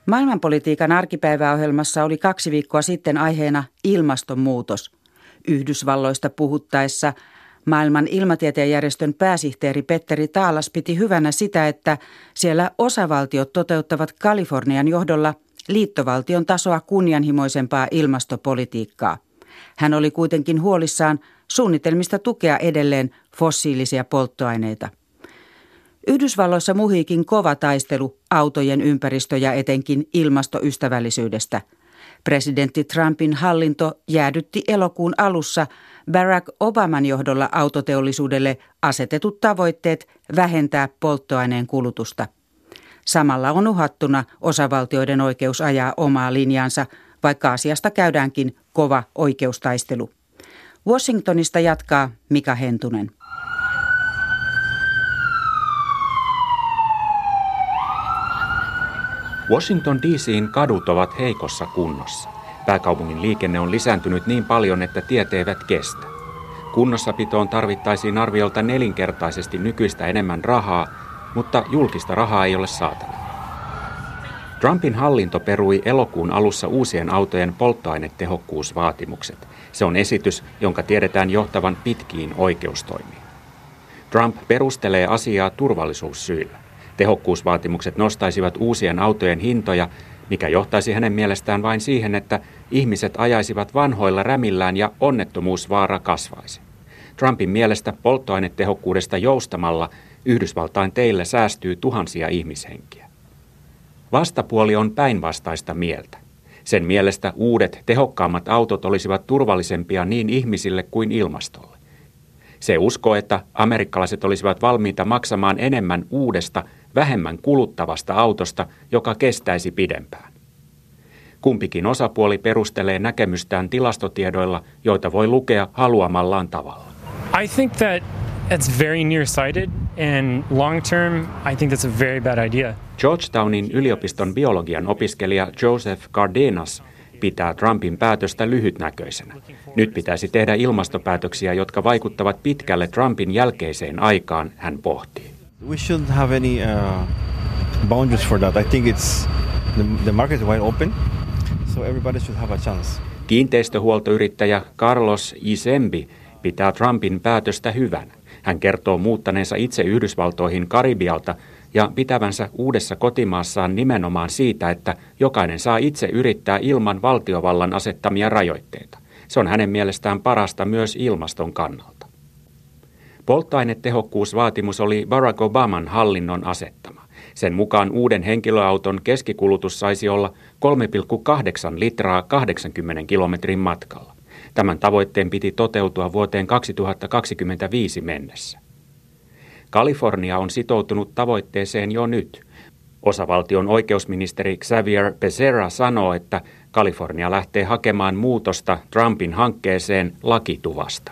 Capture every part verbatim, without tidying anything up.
Maailmanpolitiikan arkipäiväohjelmassa oli kaksi viikkoa sitten aiheena ilmastonmuutos. Yhdysvalloista puhuttaessa maailman ilmatieteen järjestön pääsihteeri Petteri Taalas piti hyvänä sitä, että siellä osavaltiot toteuttavat Kalifornian johdolla liittovaltion tasoa kunnianhimoisempaa ilmastopolitiikkaa. Hän oli kuitenkin huolissaan suunnitelmista tukea edelleen fossiilisia polttoaineita. Yhdysvalloissa muhiikin kova taistelu autojen ympäristö- ja etenkin ilmastoystävällisyydestä. Presidentti Trumpin hallinto jäädytti elokuun alussa Barack Obaman johdolla autoteollisuudelle asetetut tavoitteet vähentää polttoaineen kulutusta. Samalla on uhattuna osavaltioiden oikeus ajaa omaa linjaansa, vaikka asiasta käydäänkin kova oikeustaistelu. Washingtonista jatkaa Mika Hentunen. Washington D C:n kadut ovat heikossa kunnossa. Pääkaupungin liikenne on lisääntynyt niin paljon, että tiet eivät kestä. Kunnossapitoon tarvittaisiin arviolta nelinkertaisesti nykyistä enemmän rahaa, mutta julkista rahaa ei ole saatavilla. Trumpin hallinto perui elokuun alussa uusien autojen polttoainetehokkuusvaatimukset. Se on esitys, jonka tiedetään johtavan pitkiin oikeustoimiin. Trump perustelee asiaa turvallisuussyillä. Tehokkuusvaatimukset nostaisivat uusien autojen hintoja, mikä johtaisi hänen mielestään vain siihen, että ihmiset ajaisivat vanhoilla rämillään ja onnettomuusvaara kasvaisi. Trumpin mielestä polttoainetehokkuudesta joustamalla Yhdysvaltain teillä säästyy tuhansia ihmishenkiä. Vastapuoli on päinvastaista mieltä. Sen mielestä uudet, tehokkaammat autot olisivat turvallisempia niin ihmisille kuin ilmastolle. Se uskoo, että amerikkalaiset olisivat valmiita maksamaan enemmän uudesta, vähemmän kuluttavasta autosta, joka kestäisi pidempään. Kumpikin osapuoli perustelee näkemystään tilastotiedoilla, joita voi lukea haluamallaan tavalla. I think that it's very nearsighted and long term I think that's a very bad idea. Georgetownin yliopiston biologian opiskelija Joseph Cardenas pitää Trumpin päätöstä lyhytnäköisenä. Nyt pitäisi tehdä ilmastopäätöksiä, jotka vaikuttavat pitkälle Trumpin jälkeiseen aikaan, hän pohtii. We shouldn't have any uh, boundaries for that. I think it's the, the market is wide open, so everybody should have a chance. Kiinteistöhuoltoyrittäjä Carlos Isembi pitää Trumpin päätöstä hyvänä. Hän kertoo muuttaneensa itse Yhdysvaltoihin Karibialta ja pitävänsä uudessa kotimaassaan nimenomaan siitä, että jokainen saa itse yrittää ilman valtiovallan asettamia rajoitteita. Se on hänen mielestään parasta myös ilmaston kannalta. Polttoainetehokkuusvaatimus oli Barack Obaman hallinnon asettama. Sen mukaan uuden henkilöauton keskikulutus saisi olla kolme pilkku kahdeksan litraa kahdeksankymmentä kilometrin matkalla. Tämän tavoitteen piti toteutua vuoteen kaksituhattakaksikymmentäviisi mennessä. Kalifornia on sitoutunut tavoitteeseen jo nyt. Osavaltion oikeusministeri Xavier Becerra sanoo, että Kalifornia lähtee hakemaan muutosta Trumpin hankkeeseen lakituvasta.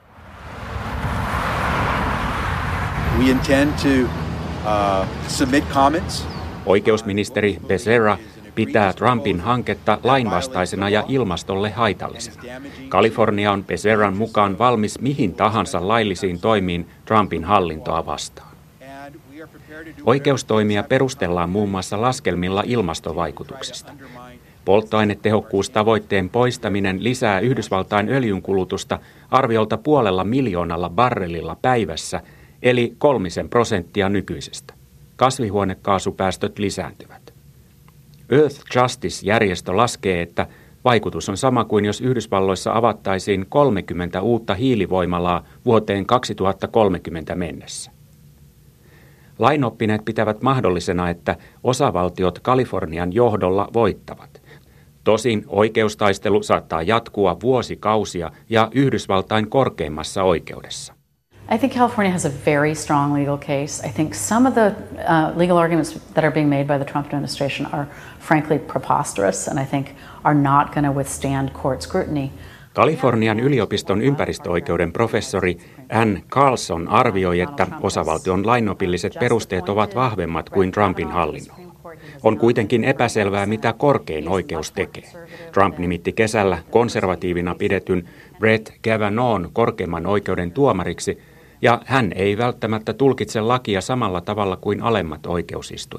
We intend to uh, submit comments. Oikeusministeri Becerra pitää Trumpin hanketta lainvastaisena ja ilmastolle haitallisena. Kalifornia on Becerran mukaan valmis mihin tahansa laillisiin toimiin Trumpin hallintoa vastaan. Oikeustoimia perustellaan muun muassa laskelmilla ilmastovaikutuksista. Polttoainetehokkuustavoitteen poistaminen lisää Yhdysvaltain öljynkulutusta arviolta puolella miljoonalla barrelilla päivässä, eli kolmisen prosenttia nykyisestä. Kasvihuonekaasupäästöt lisääntyvät. Earth Justice-järjestö laskee, että vaikutus on sama kuin jos Yhdysvalloissa avattaisiin kolmekymmentä uutta hiilivoimalaa vuoteen kaksituhattakolmekymmentä mennessä. Lainoppineet pitävät mahdollisena, että osavaltiot Kalifornian johdolla voittavat. Tosin oikeustaistelu saattaa jatkua vuosikausia ja Yhdysvaltain korkeimmassa oikeudessa. I think California has a very strong legal case. I think some of the uh, legal arguments that are being made by the Trump administration are frankly preposterous and I think are not going to withstand court scrutiny. Kalifornian yliopiston ympäristöoikeuden professori Ann Carlson arvioi, että osavaltion lainopilliset perusteet ovat vahvemmat kuin Trumpin hallinnolla. On kuitenkin epäselvää, mitä korkein oikeus tekee. Trump nimitti kesällä konservatiivina pidetyn Brett Kavanaughn korkeimman oikeuden tuomariksi, ja hän ei välttämättä tulkitse lakia samalla tavalla kuin alemmat oikeusistuimet.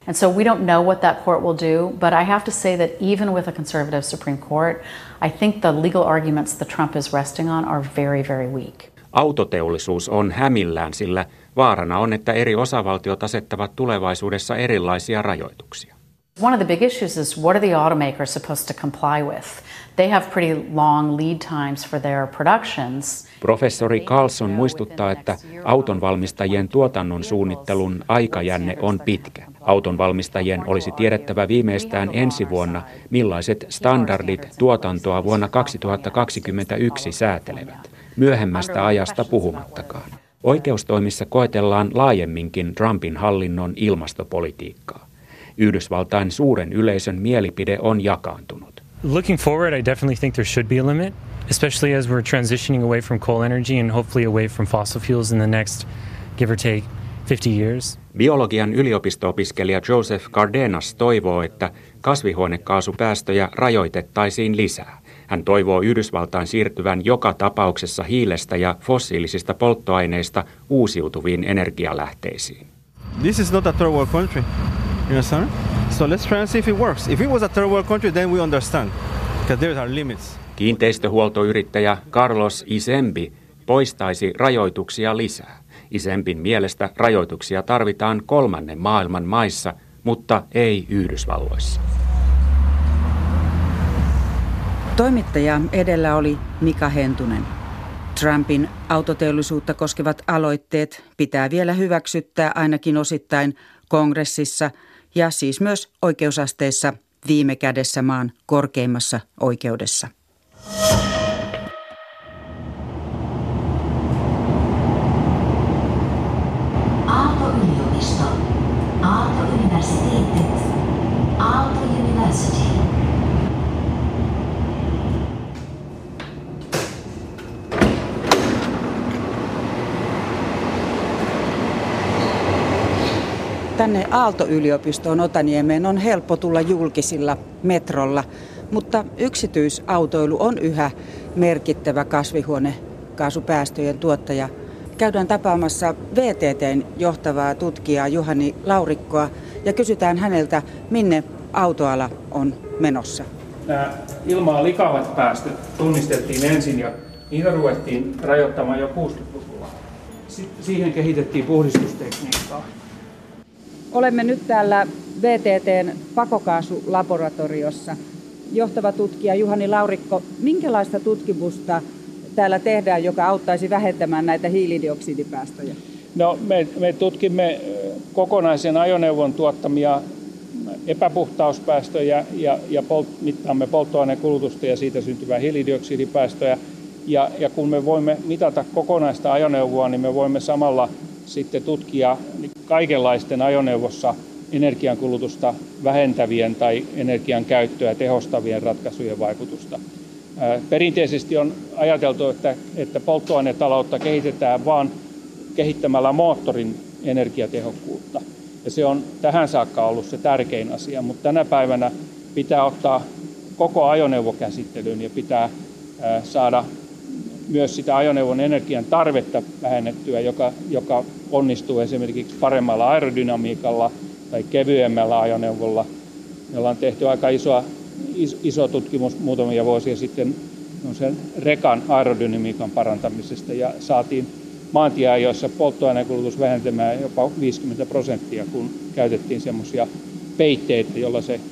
And so we don't know what that court will do, but I have to say that even with a conservative Supreme Court, I think the legal arguments that Trump is resting on are very, very weak. Autoteollisuus on hämillään, sillä vaarana on, että eri osavaltiot asettavat tulevaisuudessa erilaisia rajoituksia. One of the big issues is what are the automakers supposed to comply with? They have pretty long lead times for their productions. Professori Carlson muistuttaa, että autonvalmistajien tuotannon suunnittelun aikajänne on pitkä. Autonvalmistajien olisi tiedettävä viimeistään ensi vuonna, millaiset standardit tuotantoa vuonna kaksituhattakaksikymmentäyksi säätelevät. Myöhemmästä ajasta puhumattakaan. Oikeustoimissa koetellaan laajemminkin Trumpin hallinnon ilmastopolitiikkaa. Yhdysvaltain suuren yleisön mielipide on jakaantunut. Looking forward, I definitely think there should be a limit, especially as we're transitioning away from coal energy and hopefully away from fossil fuels in the next, give or take, fifty years. Biologian yliopisto-opiskelija Joseph Cardenas toivoo, että kasvihuonekaasupäästöjä rajoitettaisiin lisää. Hän toivoo Yhdysvaltain siirtyvän joka tapauksessa hiilestä ja fossiilisista polttoaineista uusiutuviin energialähteisiin. This is not a third world country. You understand? So let's try and see if it works. If it was a third world country, then we understand, because there are limits. Kiinteistöhuoltoyrittäjä Carlos Isembi poistaisi rajoituksia lisää. Isembin mielestä rajoituksia tarvitaan kolmannen maailman maissa, mutta ei Yhdysvalloissa. Toimittaja edellä oli Mika Hentunen. Trumpin autoteollisuutta koskevat aloitteet pitää vielä hyväksyttää ainakin osittain kongressissa ja siis myös oikeusasteissa viime kädessä maan korkeimmassa oikeudessa. Aalto-yliopisto. Aalto-universitetet. Aalto University. Tänne Aalto-yliopistoon Otaniemeen on helppo tulla julkisilla metrolla, mutta yksityisautoilu on yhä merkittävä kasvihuonekaasupäästöjen tuottaja. Käydään tapaamassa V T T:n johtavaa tutkijaa Juhani Laurikkoa ja kysytään häneltä, minne autoala on menossa. Nämä ilmaa likavat päästöt tunnistettiin ensin ja niitä ruvettiin rajoittamaan jo kuusikymmentäluvulla. Sitten siihen kehitettiin puhdistustekniikkaa. Olemme nyt täällä V T T:n pakokaasulaboratoriossa. Johtava tutkija Juhani Laurikko, minkälaista tutkimusta täällä tehdään, joka auttaisi vähentämään näitä hiilidioksidipäästöjä? No, me, me tutkimme kokonaisen ajoneuvon tuottamia epäpuhtauspäästöjä ja, ja polt, mittaamme polttoainekulutusta ja siitä syntyvää hiilidioksidipäästöjä. Ja, ja kun me voimme mitata kokonaista ajoneuvoa, niin me voimme samalla sitten tutkia kaikenlaisten ajoneuvossa energiankulutusta vähentävien tai energian käyttöä tehostavien ratkaisujen vaikutusta. Perinteisesti on ajateltu, että, että polttoainetaloutta kehitetään vain kehittämällä moottorin energiatehokkuutta. Ja se on tähän saakka ollut se tärkein asia, mutta tänä päivänä pitää ottaa koko ajoneuvo käsittelyyn ja pitää saada myös sitä ajoneuvon energian tarvetta vähennettyä, joka, joka onnistuu esimerkiksi paremmalla aerodynamiikalla tai kevyemmällä ajoneuvolla. Me ollaan tehty aika isoa, iso tutkimus muutamia vuosia sitten sen rekan aerodynamiikan parantamisesta ja saatiin maantieajoissa polttoainekulutus vähentämään jopa viisikymmentä prosenttia, kun käytettiin semmoisia peitteitä, jolla se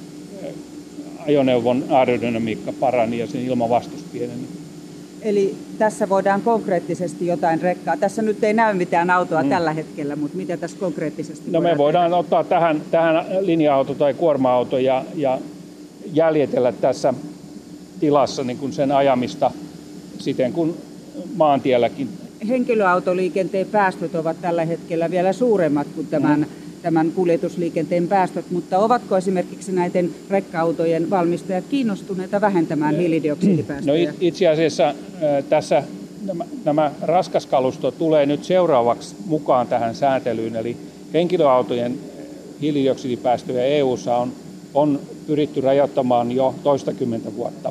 ajoneuvon aerodynamiikka parani ja sen ilmavastus pieneni. Eli tässä voidaan konkreettisesti jotain rekkaa. Tässä nyt ei näy mitään autoa mm. tällä hetkellä, mutta mitä tässä konkreettisesti No me voidaan tehdä? ottaa tähän, tähän linja-auto tai kuorma-auto ja, ja jäljitellä tässä tilassa niin kuin sen ajamista siten kuin maantielläkin. Henkilöautoliikenteen päästöt ovat tällä hetkellä vielä suuremmat kuin tämän, mm. tämän kuljetusliikenteen päästöt, mutta ovatko esimerkiksi näiden rekka-autojen valmistajat kiinnostuneita vähentämään hiilidioksidipäästöjä? No itse asiassa tässä nämä, nämä raskaskalusto tulee nyt seuraavaksi mukaan tähän sääntelyyn, eli henkilöautojen hiilidioksidipäästöjä E U:ssa on, on pyritty rajoittamaan jo toistakymmentä vuotta.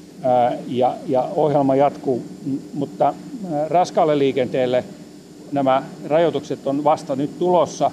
Ja, ja ohjelma jatkuu, mutta raskaalle liikenteelle nämä rajoitukset on vasta nyt tulossa,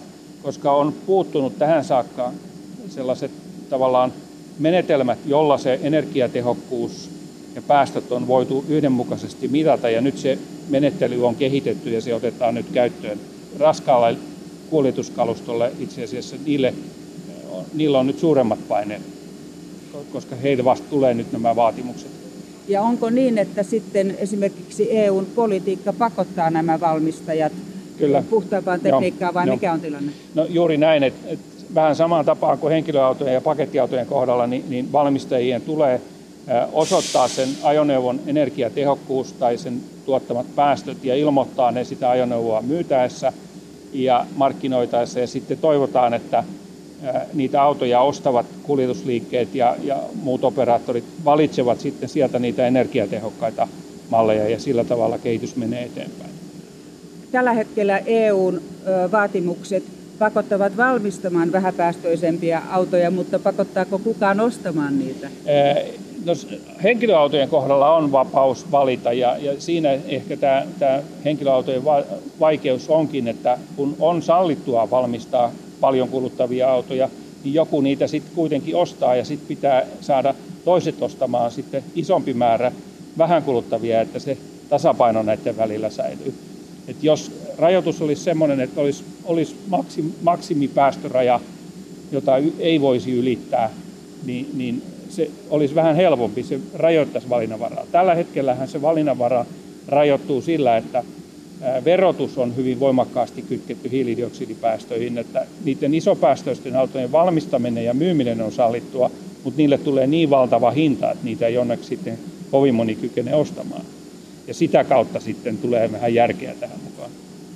koska on puuttunut tähän saakka sellaiset tavallaan menetelmät, jolla se energiatehokkuus ja päästöt on voitu yhdenmukaisesti mitata, ja nyt se menettely on kehitetty ja se otetaan nyt käyttöön raskaalla kuljetuskalustolle. Itse asiassa niille, niillä on nyt suuremmat paineet, koska heille vasta tulee nyt nämä vaatimukset. Ja onko niin, että sitten esimerkiksi E U:n politiikka pakottaa nämä valmistajat Kyllä. puhtaampaan tekniikkaan, vai no, mikä on tilanne? No juuri näin, että, että vähän samaan tapaan kuin henkilöautojen ja pakettiautojen kohdalla, niin, niin valmistajien tulee osoittaa sen ajoneuvon energiatehokkuus tai sen tuottamat päästöt ja ilmoittaa ne sitä ajoneuvoa myytäessä ja markkinoitaessa, ja sitten toivotaan, että niitä autoja ostavat kuljetusliikkeet ja, ja muut operaattorit valitsevat sitten sieltä niitä energiatehokkaita malleja, ja sillä tavalla kehitys menee eteenpäin. Tällä hetkellä E U:n vaatimukset pakottavat valmistamaan vähäpäästöisempiä autoja, mutta pakottaako kukaan ostamaan niitä? No, henkilöautojen kohdalla on vapaus valita, ja, ja siinä ehkä tämä, tämä henkilöautojen va- vaikeus onkin, että kun on sallittua valmistaa paljon kuluttavia autoja, niin joku niitä sitten kuitenkin ostaa, ja sitten pitää saada toiset ostamaan sitten isompi määrä vähän kuluttavia, että se tasapaino näiden välillä säilyy. Et jos rajoitus olisi sellainen, että olisi, olisi maksim, maksimipäästöraja, jota ei voisi ylittää, niin, niin se olisi vähän helpompi, se rajoittaisi valinnanvaraa. Tällä hetkellähän se valinnanvara rajoittuu sillä, että verotus on hyvin voimakkaasti kytketty hiilidioksidipäästöihin, että niiden isopäästöisten autojen valmistaminen ja myyminen on sallittua, mutta niille tulee niin valtava hinta, että niitä ei onneksi sitten kovin moni kykene ostamaan. Ja sitä kautta sitten tulee vähän järkeä tähän mukaan.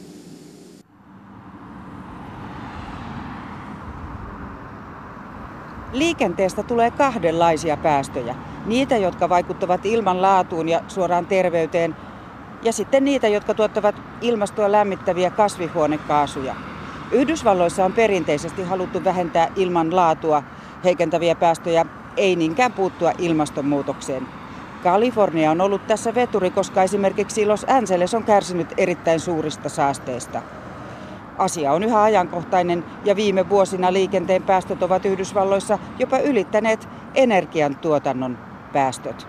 Liikenteestä tulee kahdenlaisia päästöjä. Niitä, jotka vaikuttavat ilman laatuun ja suoraan terveyteen, ja sitten niitä, jotka tuottavat ilmastoa lämmittäviä kasvihuonekaasuja. Yhdysvalloissa on perinteisesti haluttu vähentää ilman laatua heikentäviä päästöjä, ei niinkään puuttua ilmastonmuutokseen. Kalifornia on ollut tässä veturi, koska esimerkiksi Los Angeles on kärsinyt erittäin suurista saasteista. Asia on yhä ajankohtainen, ja viime vuosina liikenteen päästöt ovat Yhdysvalloissa jopa ylittäneet energiantuotannon päästöt.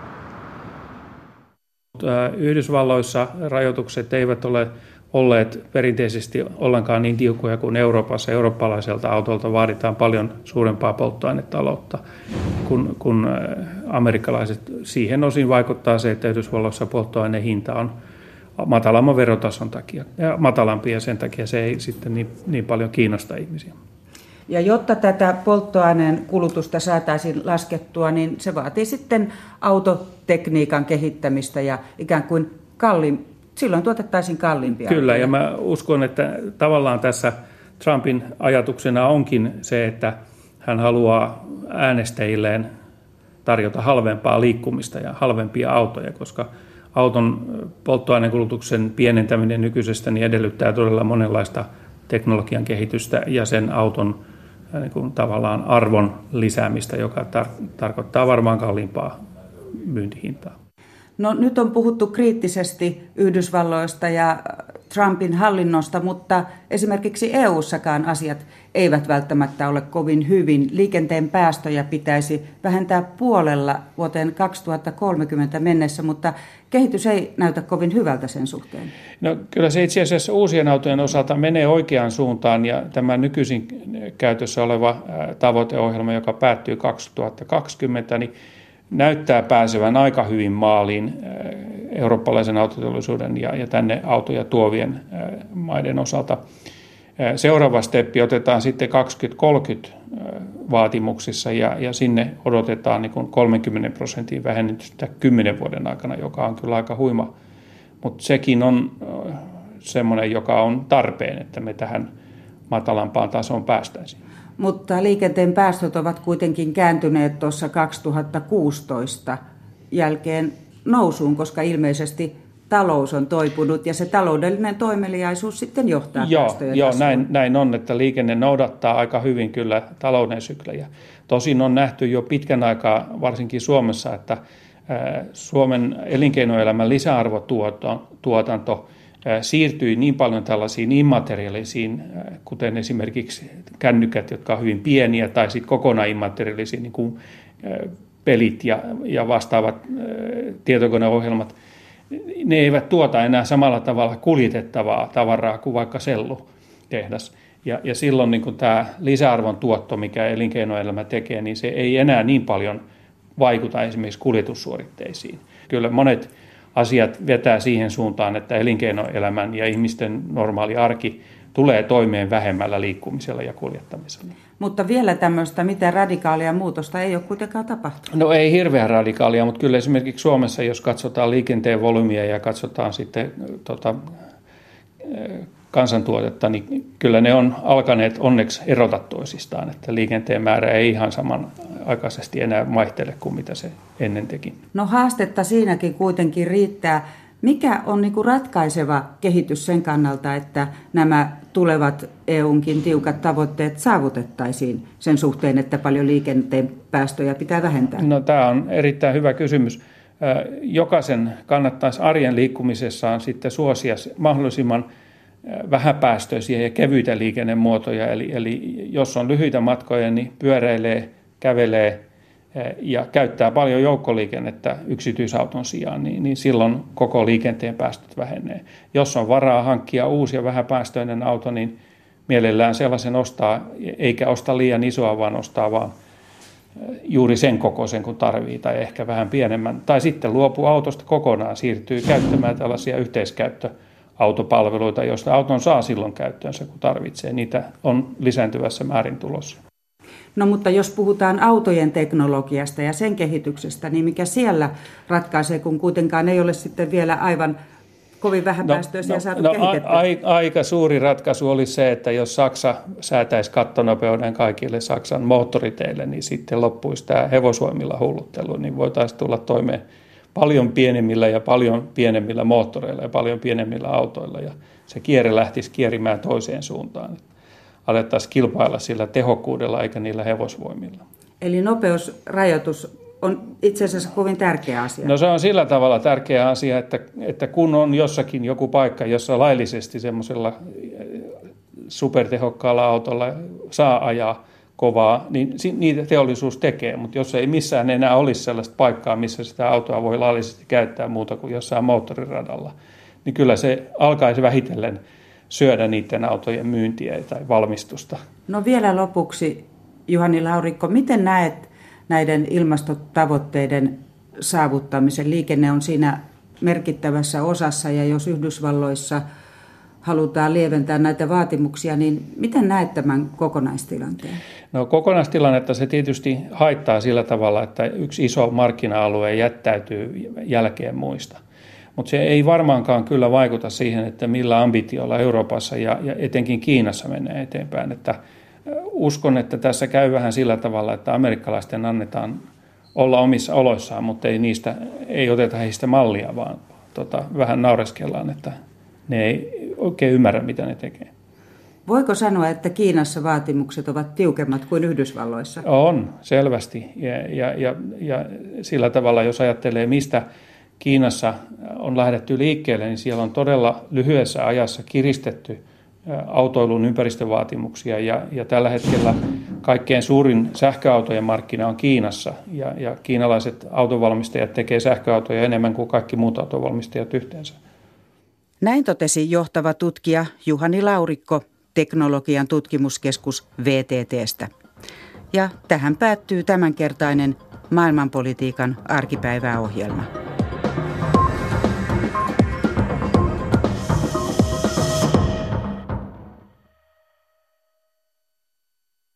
Yhdysvalloissa rajoitukset eivät ole olleet perinteisesti ollenkaan niin tiukkoja kuin Euroopassa. Eurooppalaiselta autolta vaaditaan paljon suurempaa polttoainetaloutta kuin, kuin amerikkalaiset. Siihen osin vaikuttaa se, että Yhdysvalloissa polttoaineen hinta on matalamman verotason takia ja matalampi, ja sen takia se ei sitten niin, niin paljon kiinnosta ihmisiä. Ja jotta tätä polttoaineen kulutusta saataisiin laskettua, niin se vaatii sitten autotekniikan kehittämistä ja ikään kuin kalliin, silloin tuotettaisiin kalliimpia. Kyllä, autoja. Ja mä uskon, että tavallaan tässä Trumpin ajatuksena onkin se, että hän haluaa äänestäjilleen tarjota halvempaa liikkumista ja halvempia autoja, koska auton polttoainekulutuksen pienentäminen nykyisestä niin edellyttää todella monenlaista teknologian kehitystä ja sen auton niin kuin tavallaan arvon lisäämistä, joka tar- tarkoittaa varmaan kalliimpaa myyntihintaa. No nyt on puhuttu kriittisesti Yhdysvalloista ja Trumpin hallinnosta, mutta esimerkiksi E U:ssakaan asiat eivät välttämättä ole kovin hyvin. Liikenteen päästöjä pitäisi vähentää puolella vuoteen kaksituhattakolmekymmentä mennessä, mutta kehitys ei näytä kovin hyvältä sen suhteen. No kyllä se itse asiassa uusien autojen osalta menee oikeaan suuntaan, ja tämä nykyisin käytössä oleva tavoiteohjelma, joka päättyy kaksituhattakaksikymmentä, niin näyttää pääsevän aika hyvin maaliin eurooppalaisen autoteollisuuden ja, ja tänne autoja tuovien maiden osalta. Seuraava steppi otetaan sitten kaksituhattakolmekymmentä vaatimuksissa, ja, ja sinne odotetaan niin kuin kolmekymmentä prosentin vähennystä kymmenen vuoden aikana, joka on kyllä aika huima. Mutta sekin on semmoinen, joka on tarpeen, että me tähän matalampaan tasoon päästäisiin. Mutta liikenteen päästöt ovat kuitenkin kääntyneet tuossa kaksituhattakuusitoista jälkeen nousuun, koska ilmeisesti talous on toipunut ja se taloudellinen toimeliaisuus sitten johtaa joo, päästöjen Joo, kasvuun. näin, näin on, että liikenne noudattaa aika hyvin kyllä talouden syklejä. Tosin on nähty jo pitkän aikaa, varsinkin Suomessa, että Suomen elinkeinoelämän lisäarvotuotanto siirtyi niin paljon tällaisiin immateriaalisiin, kuten esimerkiksi kännykät, jotka ovat hyvin pieniä, tai sitten kokonaan immateriaalisiin, niin kuin pelit ja, ja vastaavat tietokoneohjelmat. Ne eivät tuota enää samalla tavalla kuljetettavaa tavaraa kuin vaikka sellutehdas. Ja, ja silloin niin kuin tämä lisäarvon tuotto, mikä elinkeinoelämä tekee, niin se ei enää niin paljon vaikuta esimerkiksi kuljetussuoritteisiin. Kyllä monet asiat vetää siihen suuntaan, että elinkeinoelämän ja ihmisten normaali arki tulee toimeen vähemmällä liikkumisella ja kuljettamisella. Mutta vielä tämmöistä mitään radikaalia muutosta ei ole kuitenkaan tapahtunut. No ei hirveän radikaalia, mutta kyllä esimerkiksi Suomessa, jos katsotaan liikenteen volyymia ja katsotaan sitten tota, kansantuotetta, niin kyllä ne on alkaneet onneksi erota toisistaan, että liikenteen määrä ei ihan samanaikaisesti enää vaihtele kuin mitä se ennen teki. No haastetta siinäkin kuitenkin riittää. Mikä on niin kuin ratkaiseva kehitys sen kannalta, että nämä tulevat E U:nkin tiukat tavoitteet saavutettaisiin sen suhteen, että paljon liikenteen päästöjä pitää vähentää? No tämä on erittäin hyvä kysymys. Jokaisen kannattaisi arjen liikkumisessaan sitten suosia mahdollisimman vähäpäästöisiä ja kevyitä liikennemuotoja. Eli, eli jos on lyhyitä matkoja, niin pyöräilee, kävelee ja käyttää paljon joukkoliikennettä yksityisauton sijaan, niin, niin silloin koko liikenteen päästöt vähenee. Jos on varaa hankkia uusi ja vähäpäästöinen auto, niin mielellään sellaisen ostaa, eikä osta liian isoa, vaan ostaa vaan juuri sen kokoisen kuin tarvii tai ehkä vähän pienemmän. Tai sitten luopuu autosta kokonaan, siirtyy käyttämään tällaisia yhteiskäyttöautopalveluita, joista auton saa silloin käyttöönsä kun tarvitsee. Niitä on lisääntyvässä määrin tulossa. No mutta jos puhutaan autojen teknologiasta ja sen kehityksestä, niin mikä siellä ratkaisee, kun kuitenkaan ei ole sitten vielä aivan kovin vähäpäästöisiä no, saatu no, kehitettyä? A, aika suuri ratkaisu oli se, että jos Saksa säätäisi kattonopeuden kaikille Saksan moottoriteille, niin sitten loppuisi tämä hevosvoimilla hulluttelu, niin voitaisiin tulla toimeen paljon pienemmillä ja paljon pienemmillä moottoreilla ja paljon pienemmillä autoilla, ja se kierre lähtisi kierimään toiseen suuntaan. Alettaisiin kilpailla sillä tehokkuudella eikä niillä hevosvoimilla. Eli nopeusrajoitus on itse asiassa kovin tärkeä asia. No se on sillä tavalla tärkeä asia, että, että kun on jossakin joku paikka, jossa laillisesti semmoisella supertehokkaalla autolla saa ajaa kovaa, niin niitä teollisuus tekee. Mutta jos ei missään enää olisi sellaista paikkaa, missä sitä autoa voi laillisesti käyttää muuta kuin jossain moottoriradalla, niin kyllä se alkaisi vähitellen syödä niiden autojen myyntiä tai valmistusta. No vielä lopuksi, Juhani Laurikko, miten näet näiden ilmastotavoitteiden saavuttamisen? Liikenne on siinä merkittävässä osassa, ja jos Yhdysvalloissa halutaan lieventää näitä vaatimuksia, niin miten näet tämän kokonaistilanteen? No kokonaistilannetta se tietysti haittaa sillä tavalla, että yksi iso markkina-alue jättäytyy jälkeen muista. Mutta se ei varmaankaan kyllä vaikuta siihen, että millä ambitiolla Euroopassa ja, ja etenkin Kiinassa menee eteenpäin. Että uskon, että tässä käy vähän sillä tavalla, että amerikkalaisten annetaan olla omissa oloissaan, mutta ei, niistä, ei oteta heistä mallia, vaan tota, vähän naureskellaan, että ne ei oikein ymmärrä, mitä ne tekee. Voiko sanoa, että Kiinassa vaatimukset ovat tiukemmat kuin Yhdysvalloissa? On, selvästi. Ja, ja, ja, ja sillä tavalla, jos ajattelee, mistä Kiinassa on lähdetty liikkeelle, niin siellä on todella lyhyessä ajassa kiristetty autoilun ympäristövaatimuksia, ja, ja tällä hetkellä kaikkein suurin sähköautojen markkina on Kiinassa, ja, ja kiinalaiset autovalmistajat tekevät sähköautoja enemmän kuin kaikki muut autovalmistajat yhteensä. Näin totesi johtava tutkija Juhani Laurikko Teknologian tutkimuskeskus V T T:stä. Ja tähän päättyy tämänkertainen maailmanpolitiikan arkipäiväohjelma.